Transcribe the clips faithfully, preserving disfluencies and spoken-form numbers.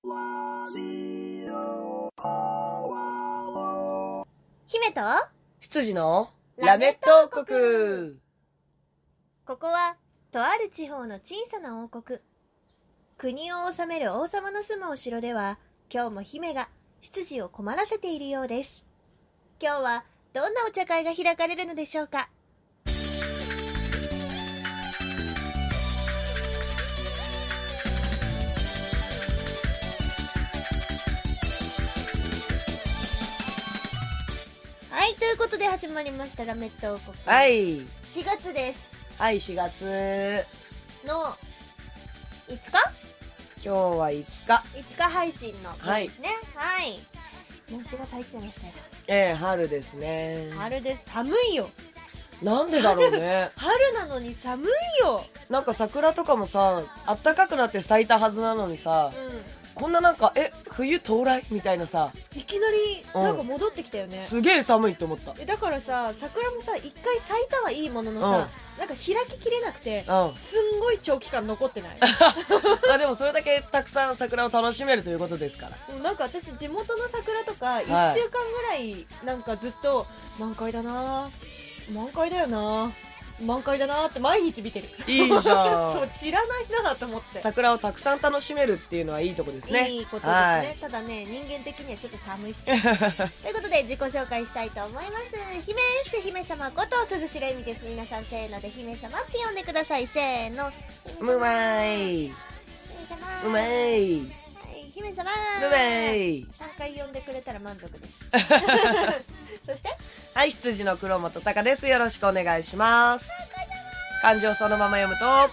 姫と羊のラメット王国。 ここはとある地方の小さな王国。国を治める王様の住むお城では、今日も姫が執事を困らせているようです。今日はどんなお茶会が開かれるのでしょうか。はい、ということで始まりましたラメット王国。 はい。 しがつです。 はい、しがつのいつか今日はいつかいつか配信の日ですね。はい、はい、もうしがつ入っちゃいましたよ。 ええー、春ですね。 春です。寒いよ。 なんでだろうね。 春なのに寒いよ。 なんか桜とかもさ、暖かくなって咲いたはずなのにさ、うん、こんななんかえ冬到来みたいなさ、 いきなりなんか戻ってきたよね。 うん、すげえ寒いって思った。 えだからさ、桜もさ一回咲いたはいいもののさ、うん、なんか開ききれなくて、うん、すんごい長期間残ってない。 あでもそれだけたくさん桜を楽しめるということですから。 なんか私地元の桜とかいっしゅうかんぐらいなんかずっと満開だな満開だよな満開だなって毎日見てる。 いいじゃん。 そう散らないなと思って。 桜をたくさん楽しめるっていうのはいいとこですね。 いいことですね、はい、ただね人間的にはちょっと寒いっす。ということで自己紹介したいと思います。姫主姫様こと鈴代恵美です。皆さんせーので姫様って呼んでください。せーの。 うまい。 姫様うまい。 姫様うまい。 さんかい呼んでくれたら満足です。そしてはい、羊の黒本隆です。よろしくお願いします。漢字をそのまま読むとタカ様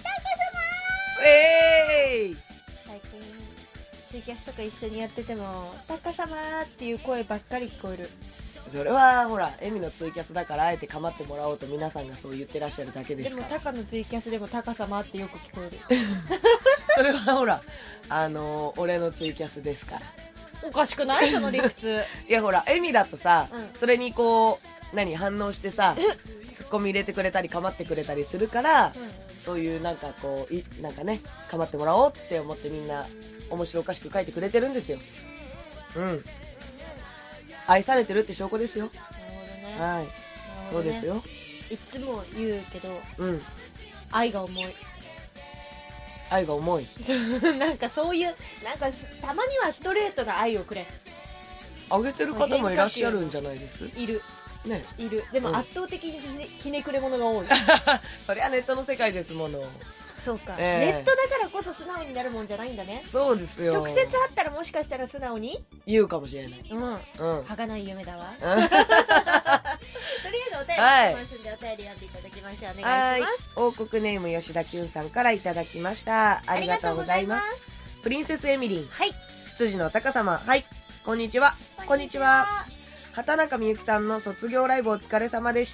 えーい。 最近ツイキャスとか一緒にやっててもタカ様っていう声ばっかり聞こえる。 それはほらエミのツイキャスだからあえて構ってもらおうと皆さんがそう言ってらっしゃるだけですから。 でもタカのツイキャスでもタカ様ってよく聞こえる。 それはほらあのー、俺のツイキャスですから。 おかしくないその理屈。 いやほらエミだとさ、うん、それにこう何反応してさツッコミ入れてくれたり構ってくれたりするから、うん、そういうなんかこういなんかね構ってもらおうって思ってみんな面白おかしく書いてくれてるんですよ。うん愛されてるって証拠ですよ。なるほどね。はい、ね、そうですよ。 いつも言うけど、 うん、 愛が重い。 愛が重い。 なんかそういうなんかたまにはストレートな愛をくれ。 あげてる方もいらっしゃるんじゃないです。 いるね、 いる。でも圧倒的にひね、ひねくれ者が多い。 それはネットの世界ですもの。 そうか、えー、ネットだからこそ素直になるもんじゃないんだね。 そうですよ。 直接会ったらもしかしたら素直に言うかもしれない。 うん、うん、儚い夢だわ。とりあえずお便り来てますんで、はい、お便り読んでいただきましょう。お願いします。 王国ネーム吉田きゅんさんからいただきました。ありがとうございます。プリンセスエミリン、 はい、 羊の高様、はい、こんにちは。こんにちは。畑中みゆきさんの卒業ライブお疲れ様でした。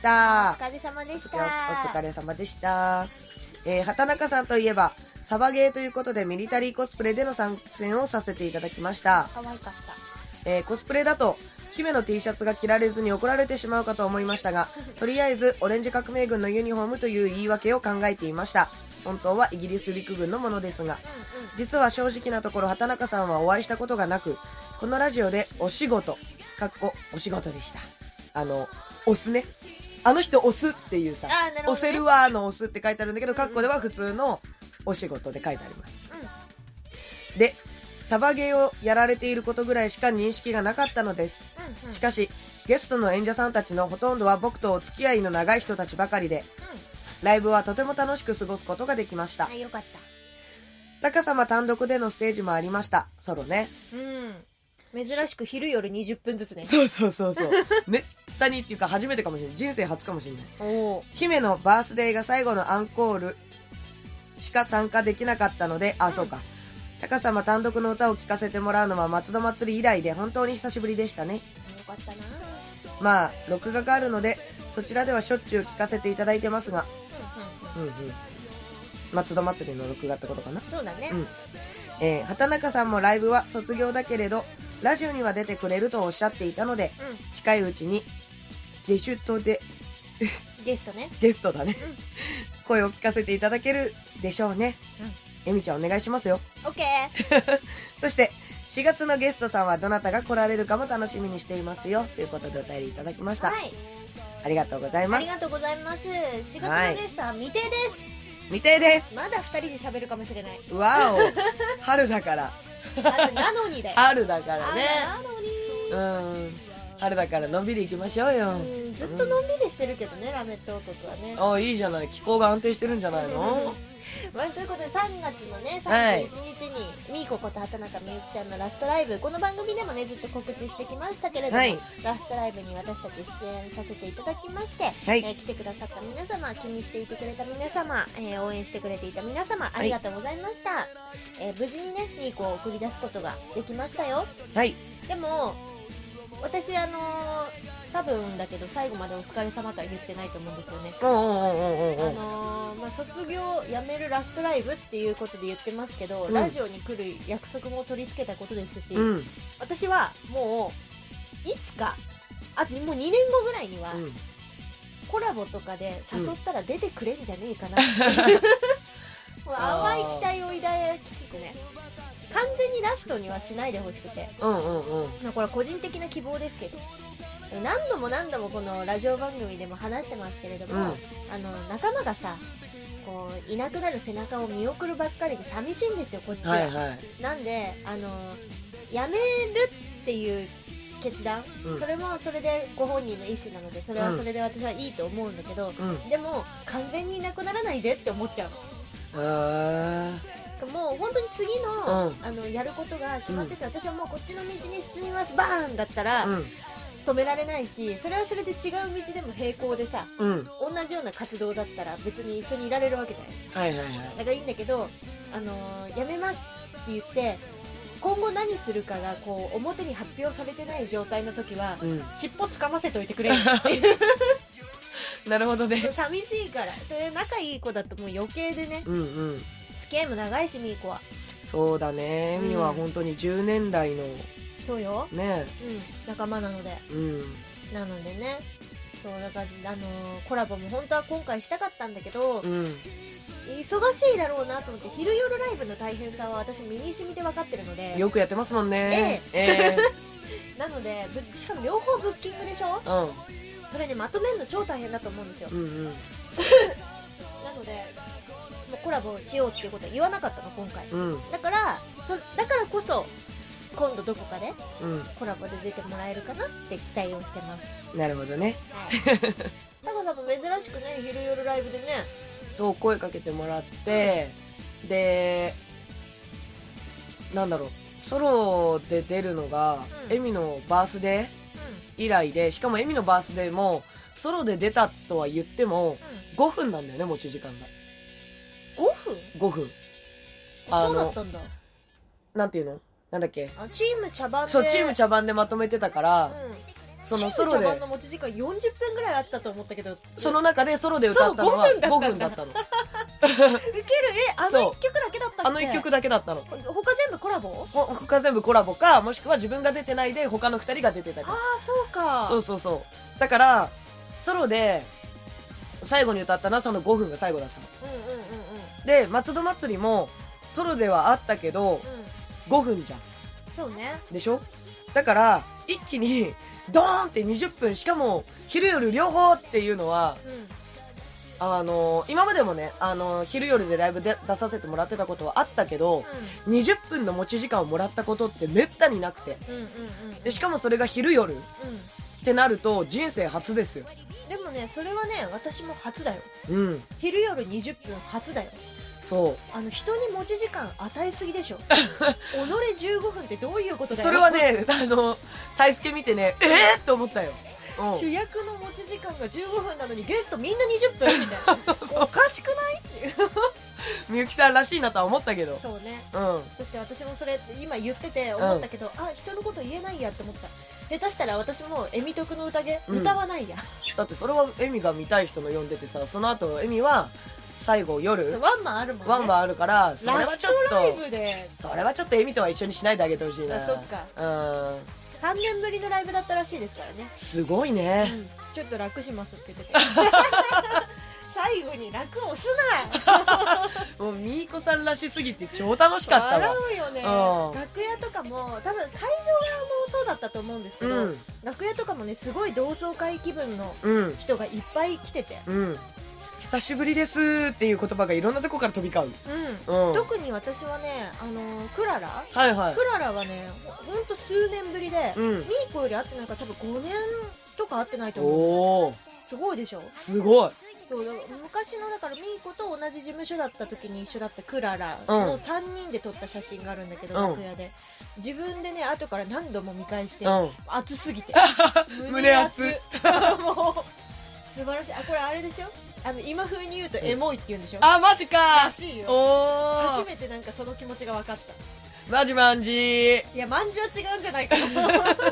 お疲れ様でした。 お疲れ様でした。えー、畑中さんといえばサバゲーということでミリタリーコスプレでの参戦をさせていただきました。 可愛かった。 えー、コスプレだと姫の T シャツが着られずに怒られてしまうかと思いましたが、とりあえずオレンジ革命軍のユニフォームという言い訳を考えていました。本当はイギリス陸軍のものですが、うんうん、実は正直なところ畑中さんはお会いしたことがなく、このラジオでお仕事かっこお仕事でした。あの押すね、あの人押すっていうさ、ね、押せるわーの押すって書いてあるんだけど、カッコでは普通のお仕事で書いてあります、うん、でサバゲーをやられていることぐらいしか認識がなかったのです、うんうん、しかしゲストの演者さんたちのほとんどは僕とお付き合いの長い人たちばかりで、うん、ライブはとても楽しく過ごすことができました。 あ、よかった。 高様単独でのステージもありました。ソロね、 うん、珍しく昼夜にじゅっぷんずつね。 そうそうそうそうめったにっていうか初めてかもしれない。人生初かもしれない。お姫のバースデーが最後のアンコールしか参加できなかったので、あ、うん、そうか、高様単独の歌を聴かせてもらうのは松戸祭り以来で本当に久しぶりでしたね。よかったな。 まあ録画があるのでそちらではしょっちゅう聴かせていただいてますが、うんうん、松戸祭りの録画ってことかな。 そうだね、 うん、えー、畑中さんもライブは卒業だけれどラジオには出てくれるとおっしゃっていたので、うん、近いうちにゲシュトでゲストねゲストだね、うん、声を聞かせていただけるでしょうね、 えみちゃんお願いしますよ。 オッケー。 そしてしがつのゲストさんはどなたが来られるかも楽しみにしていますよということでお便りいただきました。 はい。 ありがとうございます。 ありがとうございます。しがつのゲストは未定です。 未定です。 まだふたりで喋るかもしれない。 わお。春だから。 なのにだよ。 春だからね。 なのに。 うん。春だからのんびり行きましょうよ。 うん、ずっとのんびりしてるけどね、うん、ラメット王国はね。 ああ、いいじゃない。気候が安定してるんじゃないの？ まあ、ということでさんがつのねさんじゅういちにちに、はい、みーここと畑中みゆきちゃんのラストライブ、この番組でもねずっと告知してきましたけれども、はい、ラストライブに私たち出演させていただきまして、はい、えー、来てくださった皆様、気にしていてくれた皆様、えー、応援してくれていた皆様、ありがとうございました。はい、えー、無事にねみーこを送り出すことができましたよ。 はい。 でも私あのー、多分だけど最後までお疲れ様とは言ってないと思うんですよね。あのー、まあ、卒業やめるラストライブっていうことで言ってますけど、うん、ラジオに来る約束も取り付けたことですし、うん、私はもういつかあもうにねんごぐらいには、うん、コラボとかで誘ったら出てくれんじゃねえかな、うん、もう淡い期待を抱きつつね、完全にラストにはしないでほしくて、うんうんうん、これは個人的な希望ですけど、何度も何度もこのラジオ番組でも話してますけれども、うん、あの仲間がさこういなくなる背中を見送るばっかりで寂しいんですよこっちは、はいはい、なんであのやめるっていう決断、うん、それもそれでご本人の意思なのでそれはそれで私はいいと思うんだけど、うん、でも完全にいなくならないでって思っちゃうの。もう本当に次の、うん、あのやることが決まってて、うん、私はもうこっちの道に進みますバーンだったら、うん、止められないし、それはそれで違う道でも並行でさ、うん、同じような活動だったら別に一緒にいられるわけじゃない、はいはいはい、だからいいんだけど、あのー、やめますって言って今後何するかがこう表に発表されてない状態の時は、うん、尻尾つかませといてくれっていうなるほどね。 寂しいから、それ仲いい子だともう余計でね、うんうん、付き合いも長いしみーこは。 そうだね、みーは本当にじゅうねんだいのそうよね、 うん、仲間なので、うん、なのでね、そうだから、あのー、コラボも本当は今回したかったんだけど、うん、忙しいだろうなと思って、昼夜ライブの大変さは私身に染みて分かってるので、 よくやってますもんね、 えええー、なのでしかも両方ブッキングでしょ、うん、それねまとめるの超大変だと思うんですよ、うんうん、なのでもうコラボしようっていうことは言わなかったの今回、うん、だからそだからこそ今度どこかでコラボで出てもらえるかなって期待をしてます、 うん、なるほどね、 はい、タカさんも珍しくね昼夜ライブでね、 そう声かけてもらって、うん、でなんだろうソロで出るのが、うん、エミのバースデー以来で、しかもエミのバースデーもソロで出たとは言っても、うん、ごふんなんだよね持ち時間が。 ごふん ?ご分。 あのそうだったんだ。 なんていうのなんだっけ、 あチーム茶番で、 そうチーム茶番でまとめてたから、うん、そのソロでチーム茶番の持ち時間よんじゅっぷんぐらいあったと思ったけど、 その中でソロで歌ったのはごふんだったの。ウケる、えあのいっきょくだけだったっけ？ あのいっきょくだけだったの。 他全部コラボ？ ほ他全部コラボか、もしくは自分が出てないで他のふたりが出てたり。ああそうか。 そうそうそう。だからソロで最後に歌ったのはそのごふんが最後だったの。うんうんうんうん。で松戸祭りもソロではあったけど、うん、ごふんじゃん。 そうね。 でしょ？だから一気にドーンってにじゅっぷん、しかも昼夜両方っていうのは、うん、あの今までもね、あの昼夜でライブで出させてもらってたことはあったけど、うん、にじゅっぷんの持ち時間をもらったことってめったになくて、うんうんうんうん、でしかもそれが昼夜、うん、ってなると人生初ですよ。 でもねそれはね私も初だよ、うん、昼夜にじゅっぷん初だよ。 そうあの人に持ち時間与えすぎでしょ己じゅうごふんってどういうことだよ。 それはねあの大輔見てねえーって思ったよ、 うん、主役の持ち時間がじゅうごふんなのにゲストみんなにじゅっぷんみたいなそうそうおかしくないっていうみゆきさんらしいなとは思ったけど、 そうね、うん、そして私もそれ今言ってて思ったけど、うん、あ人のこと言えないやって思った。下手したら私もエミ徳の宴、うん、歌わないや。 だってそれはエミが見たい人の呼んでてさ、その後エミは最後夜ワンマンあるもんね。 ワンマンあるからそれはちょっとラストライブでそれはちょっとエミとは一緒にしないであげてほしいな。 あそっか、うんさんねんぶりのライブだったらしいですからね。 すごいね、 うん、ちょっと楽しますって言ってて最後に楽をすなもうみーこさんらしすぎて超楽しかったわ。 笑うよね。 うん楽屋とかも多分会場側もそうだったと思うんですけど、 うん楽屋とかもねすごい同窓会気分のうん人がいっぱい来てて、 うん久しぶりですっていう言葉がいろんなとこから飛び交う。 うんうん特に私はね、あのークララはいはいクララはねほんと数年ぶりで、 うんミーコより会ってないから多分ごねんとか会ってないと思う。 おおすごいでしょ。 すごい。 そうだ昔のだからミーコと同じ事務所だった時に一緒だったクララうんのさんにんで撮った写真があるんだけど、 うん楽屋で自分でね後から何度も見返して、 うん熱すぎて胸熱もう素晴らしい。あこれあれでしょ、あの今風に言うとエモいって言うんでしょ、 あマジからしいよ。 おお初めてなんかその気持ちが分かった。 マジマンジいやまんじは違うんじゃないかな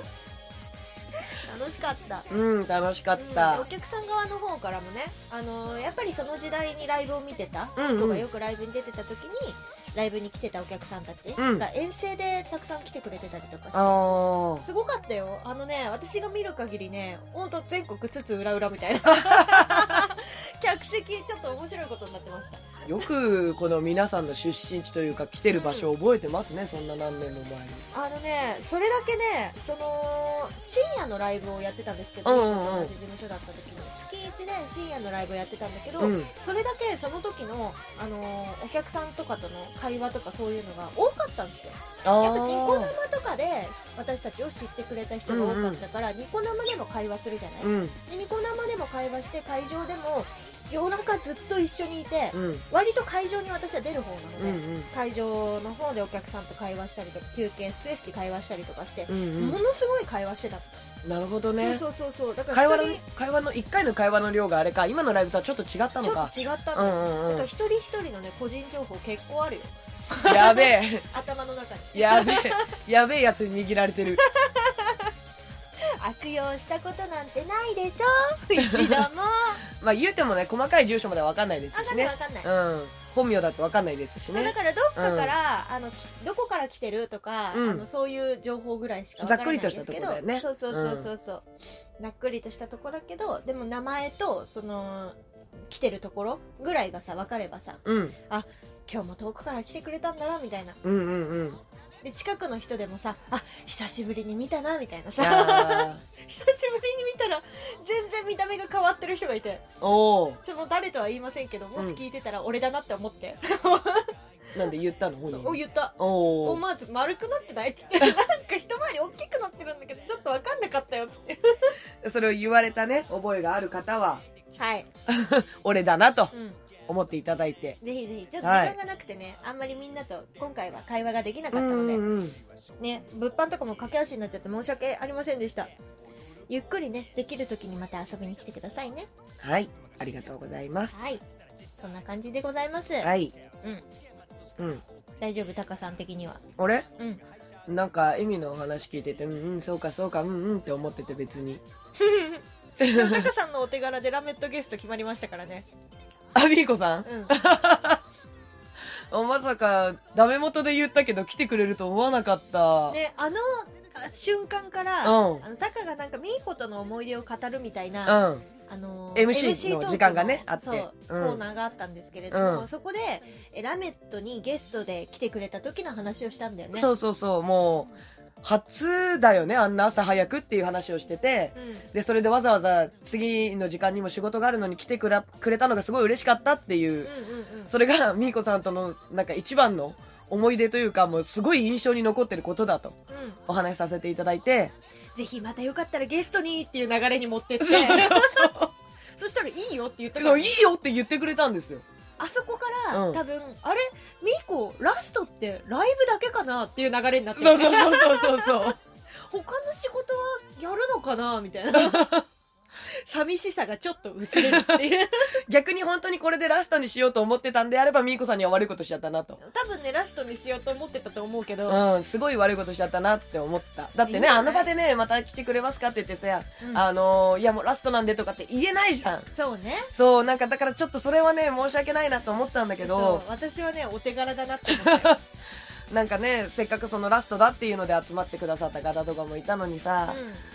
楽しかった。 うん楽しかっうんたお客さん側の方からもね、あのーやっぱりその時代にライブを見てたうんうん人がよくライブに出てた時にライブに来てたお客さんたちうんが遠征でたくさん来てくれてたりとかして、 あーすごかったよ。あのね私が見る限りねほんと全国津々浦々みたいな客席ちょっと面白いことになってました。 よくこの皆さんの出身地というか来てる場所を覚えてますね、そんな何年も前に。 あのねそれだけねその深夜のライブをやってたんですけど、 うんうんうん同じ事務所だった時に月いちで深夜のライブをやってたんだけど、 うんそれだけその時の、あのーお客さんとかとの会話とかそういうのが多かったんですよ。 あやっぱニコ生ーとかで私たちを知ってくれた人が多かったから、ニコ生でも会話するじゃない、 うんでニコ生でも会話して会場でも夜中ずっと一緒にいて、 うん割と会場に私は出る方なので、 うんうん会場の方でお客さんと会話したりとか休憩スペースで会話したりとかして、 うんものすごい会話してた、 なるほどね。 そうそうそうそうだから会話の一人会話のいっかいの会話の量があれか今のライブとはちょっと違ったのちょか。 っと違ったうんのよ、 うんうんだから一人一人のね個人情報結構あるよやべえ頭の中にやべえやべえやつに握られてる。 悪用したことなんてないでしょ一度もまあ言うてもね細かい住所までは分かんないです分かしね。 んない分かんない、 うん本名だと分かんないですしそうだね。 からどっかから、あのきどこから来てるとか、 うんあのそういう情報ぐらいしか分からないんですけど、 ざっくりとしたとこだよねそうそうそうそうそう、ざっくりとしたとこだけどでも名前とその来てるところぐらいがさ分かればさうん今日も遠くから来てくれたんだなみたいなうんうんうん。 で近くの人でもさあ久しぶりに見たなみたいなさあ久しぶりに見たら全然見た目が変わってる人がいてーおおちょっと誰とは言いませんけどもし聞いてたら俺だなって思って、 なんで言ったの本人。 お言ったおお思わず丸くなってないって言ってなんか一回り大きくなってるんだけどちょっと分かんなかったよってそれを言われたね覚えがある方ははい、 俺だなとうん、 思っていただいて。 ぜひぜひちょっと時間がなくてね、あんまりみんなと今回は会話ができなかったので、 うんうんね物販とかも駆け足になっちゃって申し訳ありませんでした。ゆっくりねできる時にまた遊びに来てくださいね。 はいありがとうございます。 はいそんな感じでございます。 はいうんうん大丈夫タカさん的には。 俺うんなんかエミの話聞いててうんうんそうかそうかうんうんって思ってて別に。 でもタカさんのお手柄でラメットゲスト決まりましたからね。 あみーこさんうんあまさかダメ元で言ったけど来てくれると思わなかった。 ねあの瞬間から、 うんあのタカがなんかミーコとの思い出を語るみたいな、 うんあのエムシー の時間がねあってそう、 うんコーナーがあったんですけれども、 うんそこでえラメットにゲストで来てくれた時の話をしたんだよね。 そうそうそうもう初だよねあんな朝早くっていう話をしてて、 うんでそれでわざわざ次の時間にも仕事があるのに来てくらくれたのがすごい嬉しかったっていう、 うんうんうんそれがみーこさんとのなんか一番の思い出というかもうすごい印象に残ってることだとうお話しさせていただいて、 ん、ぜひまたよかったらゲストにっていう流れに持ってってそしたらいいよって言ったからそういいよって言ってくれたんですよ。 あそこから、 うん多分あれミーコラストってライブだけかなっていう流れになってそうそうそうそうそう他の仕事はやるのかなみたいな寂しさがちょっと薄れるっていう逆に本当にこれでラストにしようと思ってたんであればみーこさんには悪いことしちゃったなと。 多分ねラストにしようと思ってたと思うけど、 うん、すごい悪いことしちゃったなって思った。だってね、 いいんじゃないあの場でね、また来てくれますかって言ってさ、 うんあのーいやもうラストなんでとかって言えないじゃん。 そうねそう、なんかだからちょっとそれはね、申し訳ないなと思ったんだけそうど、 私はねお手柄だなって思ったよ、 なんかね、せっかくそのラストだっていうので集まってくださった方とかもいたのにさ、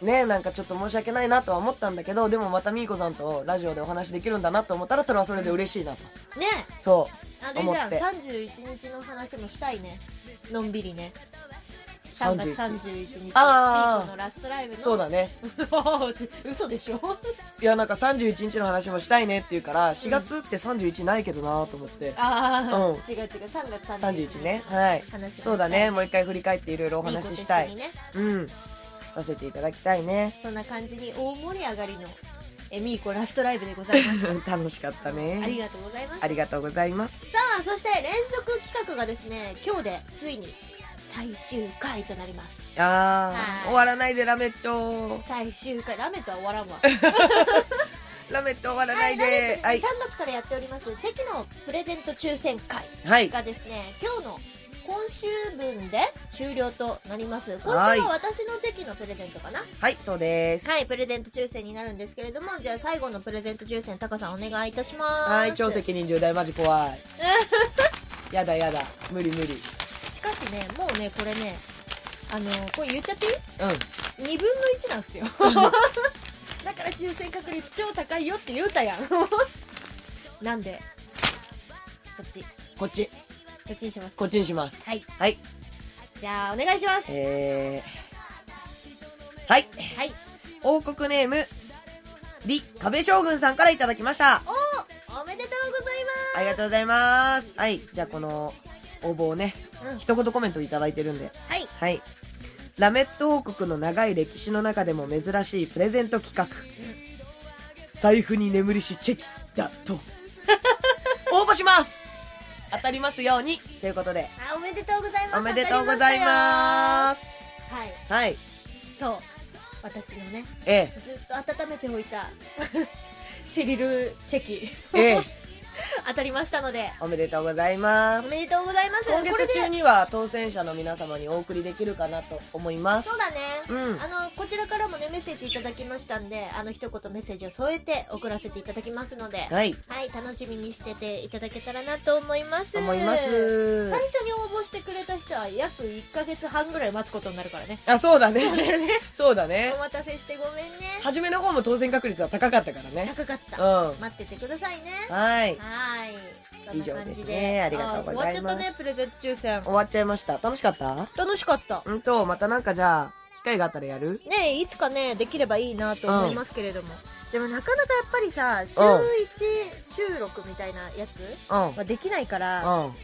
ね、なんかちょっと申し訳ないなとは思ったんだけど、でもまたみーこさんとラジオでお話できるんだなと思ったら、それはそれで嬉しいなと。 ね。 そうあれじゃん、 思ってさんじゅういちにちの話もしたいね。のんびりね。さんがつさんじゅういちにち、ピあーーコのラストライブの。 そうだね。 嘘でしょ。 いや、なんかさんじゅういちにちの話もしたいねって言うから、しがつってさんじゅういちないけどなと思って。 ああ、 うん違う違う、さんがつささんじゅういちんじゅういちね。はい話をしたい。 そうだね。もう一回振り返っていろいろお話ししたい。 みーこと一緒にね。 うん。させていただきたいね。 そんな感じに大盛り上がりのえみーこラストライブでございました。 楽しかったね。 ありがとうございます。 ありがとうございます。 さあ、そして連続企画がですね、今日でついに最終回となります。 あはいー、終わらないでラメット。 最終回、ラメとは終わらんわ。 ラメット終わらないラメで。はいットさんがつからやっておりますチェキのプレゼント抽選会はい。 がですね、今日の今週分で終了となります。今はい週は私のチェキのプレゼントかな。 はい、そうです。 はい、プレゼント抽選になるんですけれども、じゃあ最後のプレゼント抽選、タカさんお願いいたします。 はい、超責任重大、マジ怖い。やだやだ、無理無理。 しかしね、もうね、これね、あのこれ言っちゃっていい？ うん。 にぶんのいちなんすよ。だから抽選確率超高いよって言うたやん。なんでこっちこっち、 こっちにします。 こっちにします。 はい、 はい。 じゃあお願いします。 えー。はい。 はい、 王国ネーム、李壁将軍さんからいただきました。 おおめでとうございありがとうございます。はい。じゃあこの応募をね、 ます。うん、 一言コメントいただいてるんで。 はい、 はい。ラメット王国の長い歴史の中でも珍しいプレゼント企画。財布に眠りしチェキだと。応募します。当たりますように。ということで。 あ、おめでとうございます。 おめでとうございます。 す。はい、 はい。 そう、私のね、 えずっと温めておいたシリルチェキえ。ええ。 当たりましたので、 おめでとうございます。 おめでとうございます。 今これで月中には当選者の皆様にお送りできるかなと思います。 そうだね、 うんあのこちらからもねメッセージいただきましたんで、あの一言メッセージを添えて送らせていただきますので、 はい。 はい、楽しみにしてていただけたらなと思います。 思います。 最初に応募してくれた人は約いっかげつはんぐらい待つことになるからね。 あ、そうだね。そうだねお。待たせしてごめんね。 初めの方も当選確率は高かったからね。 高かっうん。 た、 は待っててくださいね。 い。 はいそんな感じ以上ですでねありがとうございますあ終わっちゃったね、プレゼント抽選。 終わっちゃいました。楽しかった楽しかったうんと、またなんかじゃあ、機会があったらやるねえ、いつかねできればいいなと思いますけれども、でもなかなかやっぱりさ週いち収録みたいなやつうん。 はできないから、 うん。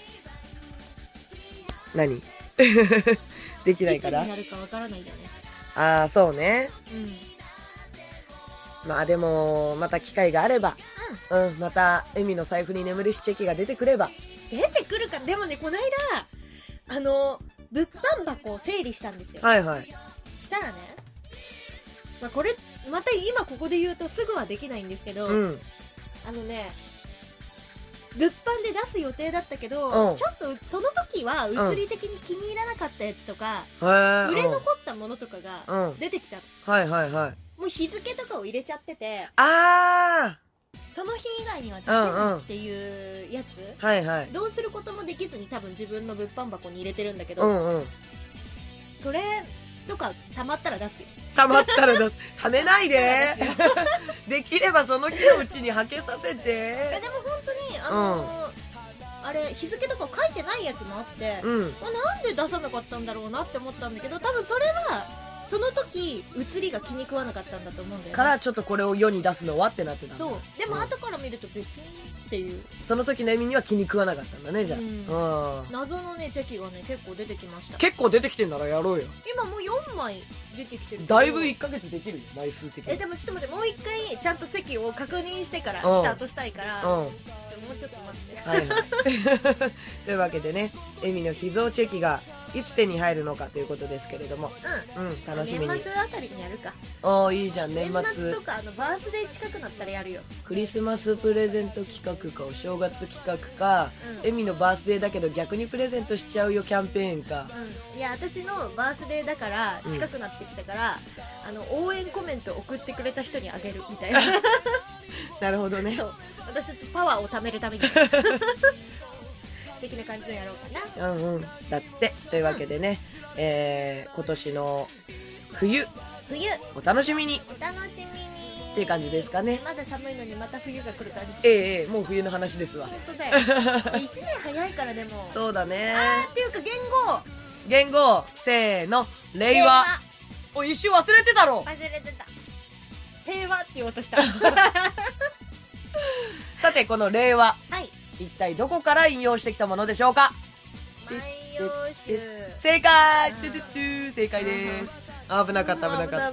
何できないいつからになるかわからないんだよね。 ああ、そうね。 うん、 まあでも、また機会があれば、うん、また、エミの財布に眠りしチェキが出てくれば、 出てくるか。でもね、この間あの物販箱を整理したんですよ。 はいはい。 したらね、まあ、これまた今ここで言うとすぐはできないんですけど、 うん。 あのね物販で出す予定だったけど、 うんちょっとその時は物理的に気に入らなかったやつとか、 へー売れ残ったものとかがうん出てきたの。 はいはいはい。 もう日付とかを入れちゃってて、 あその日以外には出せないっていうやつ、 ーはいはい。 どうすることもできずに多分自分の物販箱に入れてるんだけうど、 んうん。 それとかたまったら出すよ。 溜まったら出す。溜めないで。できればその日のうちにはけさせえて。 でも本当にあのーあれ日付とか書いてないやつもあって、 うん。 まあなんで出さなかったんだろうなって思ったんだけど、多分それはその時写りが気に食わなかったんだと思うんだよね。 からちょっとこれを世に出すのはってなってたんだ。 そうでもうん後から見ると別にっていうその時のエミには気に食わなかったんだね、じゃあ。 ううんん。 謎のねチェキがね結構出てきました。 結構出てきてんならやろうよ。 今もうよんまい出てきてるけどだいぶいっかげつできるよ、枚数的に。 えでもちょっと待って、もう一回ちゃんとチェキを確認してからスうんタートしたいから、 うん。 ちょもうちょっと待ってはいはい。というわけでね、エミの秘蔵チェキがいつ手に入るのかということですけれども、 うんうん、楽しみに。 年末あたりにやるか。 おー、いいじゃん、 年年末末と。かあのバースデー近くなったらやるよ。 クリスマスプレゼント企画かお正月企画か、 うんエミのバースデーだけど逆にプレゼントしちゃうよキャンペーンか。 うん、いや私のバースデーだからうん近くなってきたから、あの応援コメント送ってくれた人にあげるみたいななるほどね。 そう私ちょっとパワーを貯めるために的な感じでやろうかな。 うんうん。だって。というわけでね、えー、今年の冬、 冬お楽しみにお楽しみにっていう感じですかね。 まだ寒いのにまた冬が来る感じ。 ええええ、もう冬の話ですわ。 本当だよいちねん早いから。でもそうだね。 あーっていうか言語言語せーの令和。お、一瞬忘れてたろ。 忘れてた。平和って言おうとしたさてこの令和、 はい、 一体どこから引用してきたものでしょうか。 万葉集。 正解。トゥトゥトゥ、正解です。危なかった危なかった。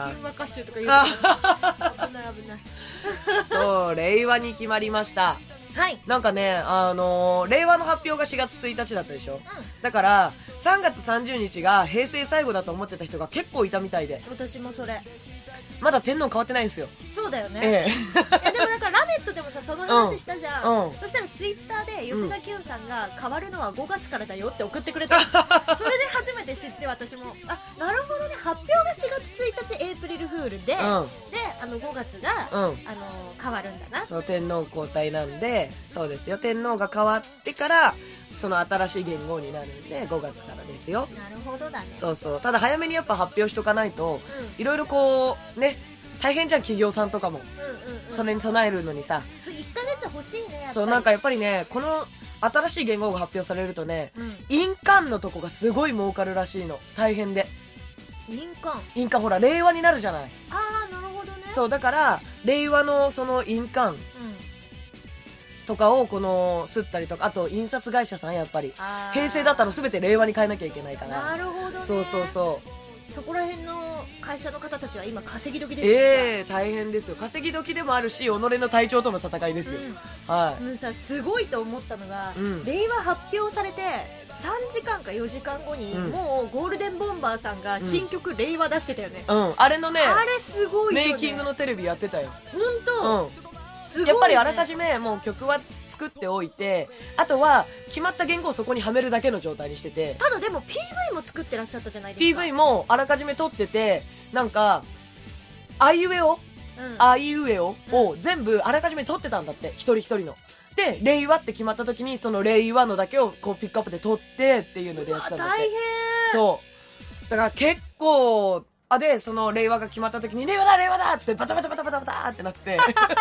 金馬歌集とか言うと危ない危ないそう、令和に決まりました。 はい。 なんかね、あのー、令和の発表がしがつついたちだったでしょ、うん、だからさんがつさんじゅうにちが平成最後だと思ってた人が結構いたみたいで。 私もそれ。 まだ天皇変わってないんですよ。 そうだよね、 ええ、 いやでもなんかラメットでもさその話したじゃん、 うんうん、 そしたらツイッターで吉田きゅんさんが変わるのはごがつからだよって送ってくれたそれで初めて知って、私もあ、なるほどね、発表がしがつついたちエイプリルフールで、うん、であのごがつが、うん、あの変わるんだな。 そう天皇交代なんで、そうですよ、天皇が変わってからその新しい元号になるんでごがつからですよ。 なるほどだね。そうそう、ただ早めにやっぱ発表しとかないといろいろこうね大変じゃん、企業さんとかも、うんうんうん、それに備えるのにさいっかげつ欲しいね。やっぱりそう、なんかやっぱりね、この新しい元号が発表されるとね、うん、印鑑のとこがすごい儲かるらしいの。大変で。 印鑑印鑑ほら令和になるじゃない。 ああ、なるほどね。 そうだから令和のその印鑑とかをこの吸ったりとか、あと印刷会社さんやっぱり平成だったら全て令和に変えなきゃいけないから。 なるほどね。 そうそうそう、 そこら辺の会社の方たちは今稼ぎ時ですよ。 ええー、大変ですよ。稼ぎ時でもあるし、己の体調との戦いですよ、うん、はい。 もうさ、すごいと思ったのが、うん、令和発表されてさんじかんかよじかんごに、うん、もうゴールデンボンバーさんが新曲令和出してたよね、 うん、あれのね、 あれすごいよね。 メイキングのテレビやってたよ。 本当、うん、すごいね。 やっぱりあらかじめもう曲は作っておいて、あとは決まった言語をそこにはめるだけの状態にしてて。 ただでも ピーブイ も作ってらっしゃったじゃないですか。 ピーブイ もあらかじめ撮ってて、なんかあいうえお、うん、あいうえおを全部あらかじめ撮ってたんだって、一人一人の。で令和って決まった時にその令和のだけをこうピックアップで撮ってっていうのでやってたんだって。 大変。 そうだから結構あ、でその令和が決まった時に令和だ令和だっつってバタバタバタバタバタってなって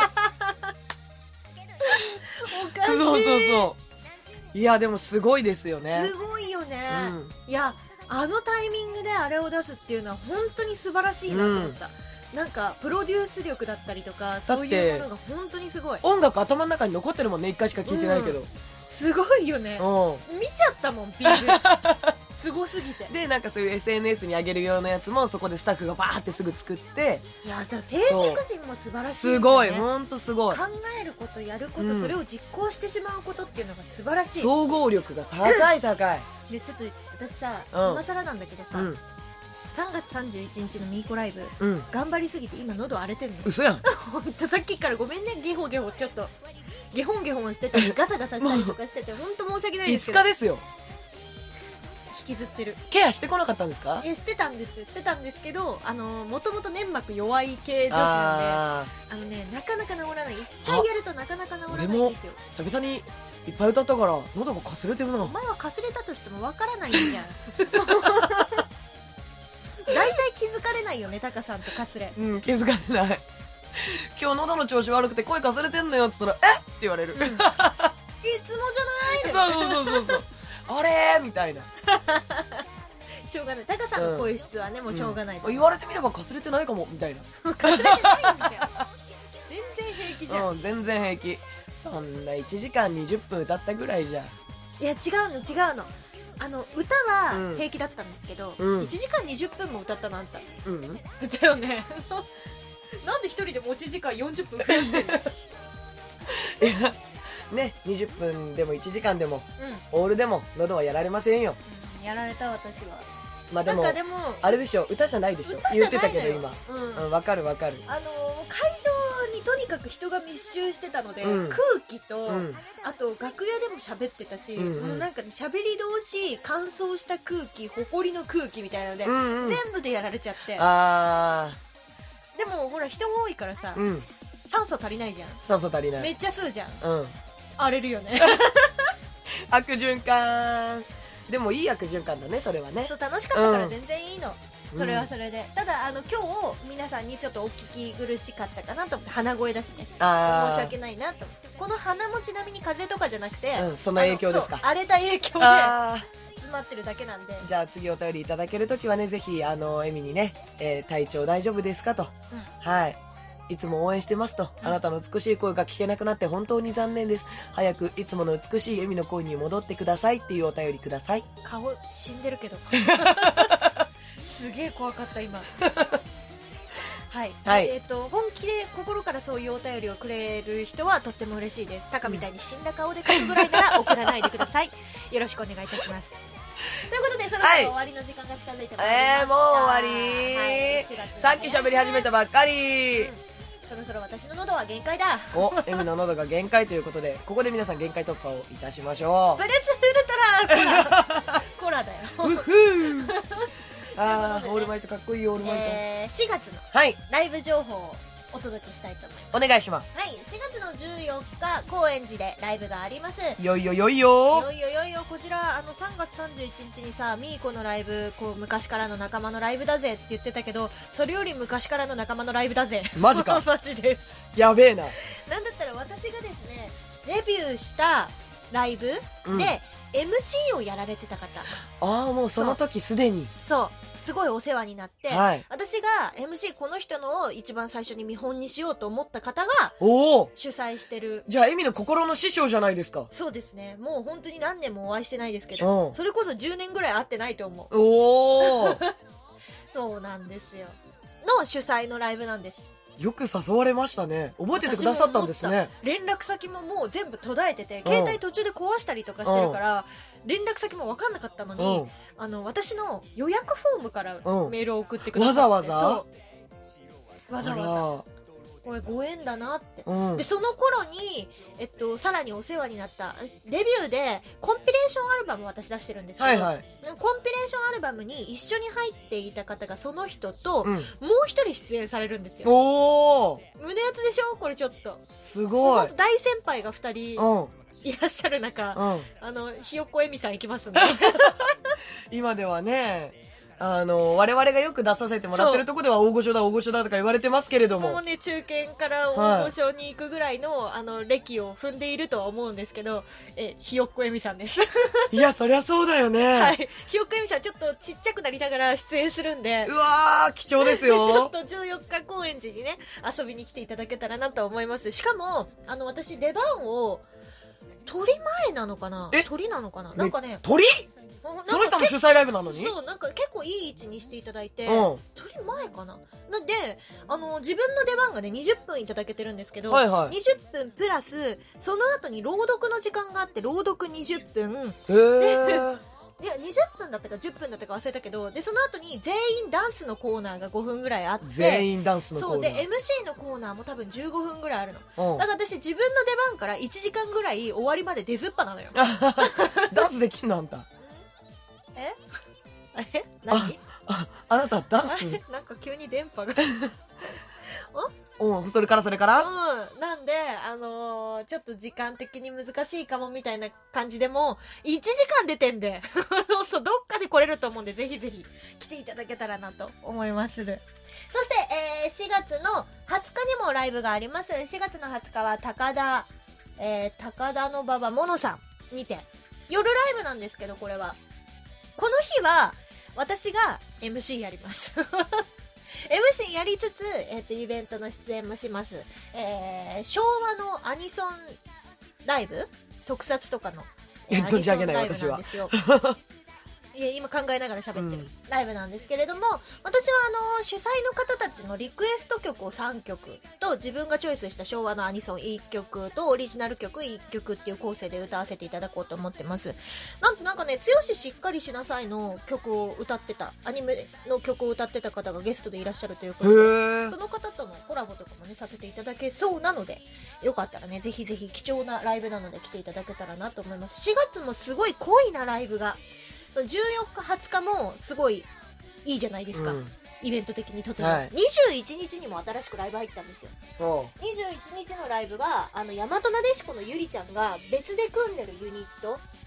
おかしい。 そうそうそう。いやでもすごいですよね。 すごいよね、うん、いやあのタイミングであれを出すっていうのは本当に素晴らしいなと思った、うん、なんかプロデュース力だったりとかそういうものが本当にすごい。 音楽頭の中に残ってるもんね。いっかいしか聴いてないけど、うん、 すごいよね、うん、見ちゃったもん ピーブイ すごすぎて。 でなんかそういう エスエヌエス に上げるようなやつもそこでスタッフがバーってすぐ作って。 いやじゃあ制作陣も素晴らしい、ね、 すごい、ほんとすごい。 考えることやること、うん、それを実行してしまうことっていうのが素晴らしい。 総合力が高い高いでちょっと私さ、うん、今更なんだけどさ、うん、さんがつさんじゅういちにちのミーコライブ、うん、頑張りすぎて今喉荒れてんの。 嘘やんほんとさっきからごめんね、ゲホゲホちょっとゲホンゲホンしてたりガサガサしたりとかしてて本当申し訳ないですけど。 いつかですよ。 引きずってる。 ケアしてこなかったんですか？ いやしてたんですしてたんですけど、あのもともと粘膜弱い系女子なんで、あのねなかなか治らない。一回やるとなかなか治らないんですよ。 久々にいっぱい歌ったから喉がかすれてるな。 お前はかすれたとしてもわからないんじゃん大体気づかれないよね、タカさんとかすれ。 うん、気づかれない今日喉の調子悪くて声かすれてんのよって言ったらえっって言われる、うん、いつもじゃないそうそうそうそうあれーみたいなしょうがない。タカさんの声質はね、うん、もうしょうがない、 うん、言われてみればかすれてないかもみたいなかすれてないんじゃん全然平気じゃん、 うん、全然平気。そんないちじかんにじゅっぷん歌ったぐらいじゃん。 いや違うの違うの。あの歌は平気だったんですけど、うん、いちじかんにじゅっぷんも歌ったのあんた。うん。だよねなんで一人で持ち時間よんじゅっぷん増やしてんのいやね、にじゅっぷんでもいちじかんでも、うん、オールでも喉はやられませんよ、 うん、やられた私は。 まあでもなんかでもあれでしょ、歌じゃないでしょ言ってたけど今。うん、わかるわかる。 あの会場にとにかく人が密集してたので、うん、空気と、うん、あと楽屋でも喋ってたし、うんうん、もうなんかね喋り同士乾燥した空気、埃の空気みたいなので、うんうん、全部でやられちゃって。あーでもほら人も多いからさ、うん、酸素足りないじゃん。 酸素足りない。 めっちゃ吸うじゃん。うん。荒れるよね悪循環。でもいい悪循環だねそれはね。 そう楽しかったから全然いいの、 それはそれで、ただあの今日皆さんにちょっとお聞き苦しかったかなと思って、鼻声だしね、 あー申し訳ないなと思って。この鼻もちなみに風邪とかじゃなくて、 うんその影響ですか。 あのそう荒れた影響であー詰まってるだけなんで。 じゃあ次お便りいただけるときはね、ぜひ、あの、エミにね、えー体調大丈夫ですかと。 うんはい。いつも応援してますと。あなたの美しい声が聞けなくなって本当に残念です。早くいつもの美しいエミの声に戻ってくださいっていうお便りください。 顔死んでるけどすげえ怖かった今はい、 はいえっ、と本気で心からそういうお便りをくれる人はとっても嬉しいです。タカみたいに死んだ顔で書くぐらいなら送らないでください。よろしくお願いいたします。ということで、そろそろ終わりの時間が近づいてまいりました。 えー、もう終わり、 はい、しがつさっき喋り始めたばっかり、 うんそろそろ私の喉は限界だ。 お、エミの喉が限界ということで、ここで皆さん限界突破をいたしましょブルースウルトラコラコラだよう。うふーあー、オールマイトかっこいいオールマイト。 えー、しがつのはい、 ライブ情報をお届けしたいと思います。 お願いします。 はい、しがつのじゅうよっか高円寺でライブがあります。 よいよよいよよいよよいよ、こちらあのさんがつさんじゅういちにちにさ、ミーコのライブ、こう昔からの仲間のライブだぜって言ってたけど、それより昔からの仲間のライブだぜ。 マジかマジです。 やべえな。 なんだったら私がですね、デビューしたライブで、 うんエムシー をやられてた方、 ああ、もうその時すでに。 そうすごいお世話になって、 はい私が エムシー この人のを一番最初に見本にしようと思った方がおお、 主催してる。 じゃあエミの心の師匠じゃないですか。 そうですね、もう本当に何年もお会いしてないですけど、 うんそれこそじゅうねんぐらい会ってないと思う。 おおそうなんですよ、の主催のライブなんです。 よく誘われましたね。覚えててくださったんですね。 連絡先ももう全部途絶えてて、携帯途中で壊したりとかしてるから連絡先も分かんなかったのに、 うんあの私の予約フォームからメうんールを送ってくださって、 わざわざそうわざわざあこれご縁だなって、 らうんでその頃に、えっと、さらにお世話になったデビューでコンピレーションアルバムを私出してるんですけど、 はいはい。 コンピレーションアルバムに一緒に入っていた方がその人と、 うんもう一人出演されるんですよ。 おお、 胸熱でしょこれちょっと。 すごい。 ほんと大先輩が二人うんいらっしゃる中、 うん。 あのひよっこえみさん行きますんで今ではね、あの我々がよく出させてもらってるとこでは大御所だ大御所だとか言われてますけれども、 もうね中堅から大御所に行くぐらいの、あの歴を踏んでいるとは思うんですけど、えひよっこえみさんですいやそりゃそうだよね。 はいひよっこえみさんちょっとちっちゃくなりながら出演するんで、 うわー貴重ですよ。 ちょっとじゅうよっか高円寺にね遊びに来ていただけたらなと思います。しかもあの私出番を鳥前なのかなえ鳥なのかななんかね鳥なんかその人の主催ライブなのに。 そうなんか結構いい位置にしていただいて、 うん鳥前かななんであの自分の出番がねにじゅっぷんいただけてるんですけど、 はいはいにじゅっぷんプラスその後に朗読の時間があって、朗読にじゅっぷんへーいやにじゅっぷんだったかじゅっぷんだったか忘れたけど、でその後に全員ダンスのコーナーがごふんぐらいあって、 全員ダンスのコーナー。 そうで エムシー のコーナーも多分じゅうごふんぐらいあるの。 うんだから私自分の出番からいちじかんぐらい終わりまで出ずっぱなのよ。 ダンスできんのあんた。 ええ何あ、あなたダンスあれなんか急に電波がうん、それからそれからうん、なんで、あのーちょっと時間的に難しいかもみたいな感じでも、いちじかん出てんで、そう、どっかで来れると思うんで、ぜひぜひ来ていただけたらなと思いまする。そして、えー、しがつのはつかにもライブがあります。しがつのはつかは高田、えー、高田の馬場モノさんにて、夜ライブなんですけど、これは。この日は、私が エムシー やります。エムシー やりつつ、えっと、イベントの出演もします。えー、昭和のアニソンライブ特撮とかの、 えー存じ上げないアニソンライブなんですよ。いや今考えながら喋ってる、 うん、 ライブなんですけれども、私はあの主催の方たちのリクエスト曲をさんきょくと、自分がチョイスした昭和のアニソンいっきょくとオリジナル曲いっきょくっていう構成で歌わせていただこうと思ってます。なんとなんかね、剛しっかりしなさいの曲を歌ってた、アニメの曲を歌ってた方がゲストでいらっしゃるということで、その方とのコラボとかもねさせていただけそうなので、よかったらねぜひぜひ貴重なライブなので来ていただけたらなと思います。しがつもすごい濃いなライブが、じゅうよっかはつかもすごいいいじゃないですか、うん、イベント的にとても、はい、にじゅういちにちにも新しくライブ入ったんですよ。にじゅういちにちのライブがあの大和なでしこのゆりちゃんが別で組んでるユニット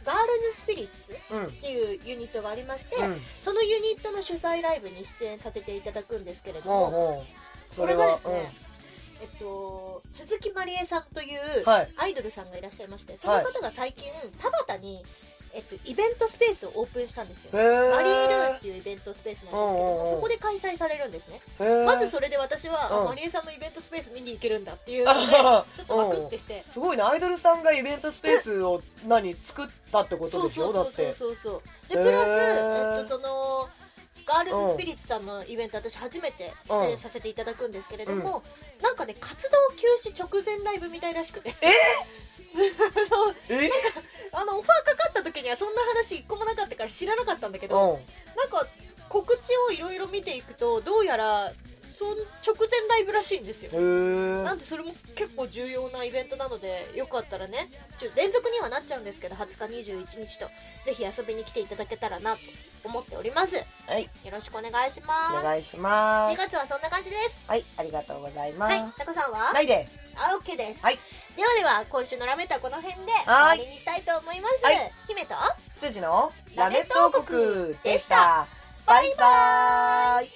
ガールズスピリッツうんっていうユニットがありまして、 うんそのユニットの主催ライブに出演させていただくんですけれども、 ほうほうこれがですね、えっと、鈴木まりえさんというはいアイドルさんがいらっしゃいまして、その方が最近田端に、えっと、イベントスペースをオープンしたんですよ。 うん、へーマリールーっていうイベントスペースなんですけどうんうんも、 うんそこで開催されるんですね。 へーまずそれで私は、 うんあマリエさんのイベントスペース見に行けるんだっていうのでちょっとワクってして、 すごいね、アイドルさんがイベントスペースを何作ったってことそうでしそうそうそうょだって。 そうそうでプラス、 へーえっと、そのガールズスピリッツさんのイベント、私初めて出演させていただくんですけれども、なんかね活動休止直前ライブみたいらしくて、 えそうえあのオファーかかった時にはそんな話一個もなかったから知らなかったんだけど、 うんなんか告知をいろいろ見ていくとどうやらその直前ライブらしいんですよ。 へーなんでそれも結構重要なイベントなので、よかったらね、ちょ連続にはなっちゃうんですけどはつかにじゅういちにちとぜひ遊びに来ていただけたらなと思っております。よはい、 ろしくお願いします。 お願いしま 4 す。 月はそんな感じです。 はい、ありがとうございまはい、 す。 タコさんはないです。 あ、OK です。 はい、 ではでは今週のラメットはこの辺で終はいわりにしたいと思います。 はい姫と羊のラメット王国でしでた。バイバーイ。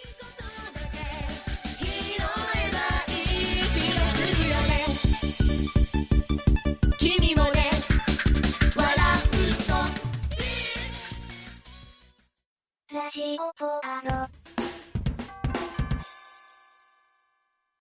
君もね笑うとラジオポアロ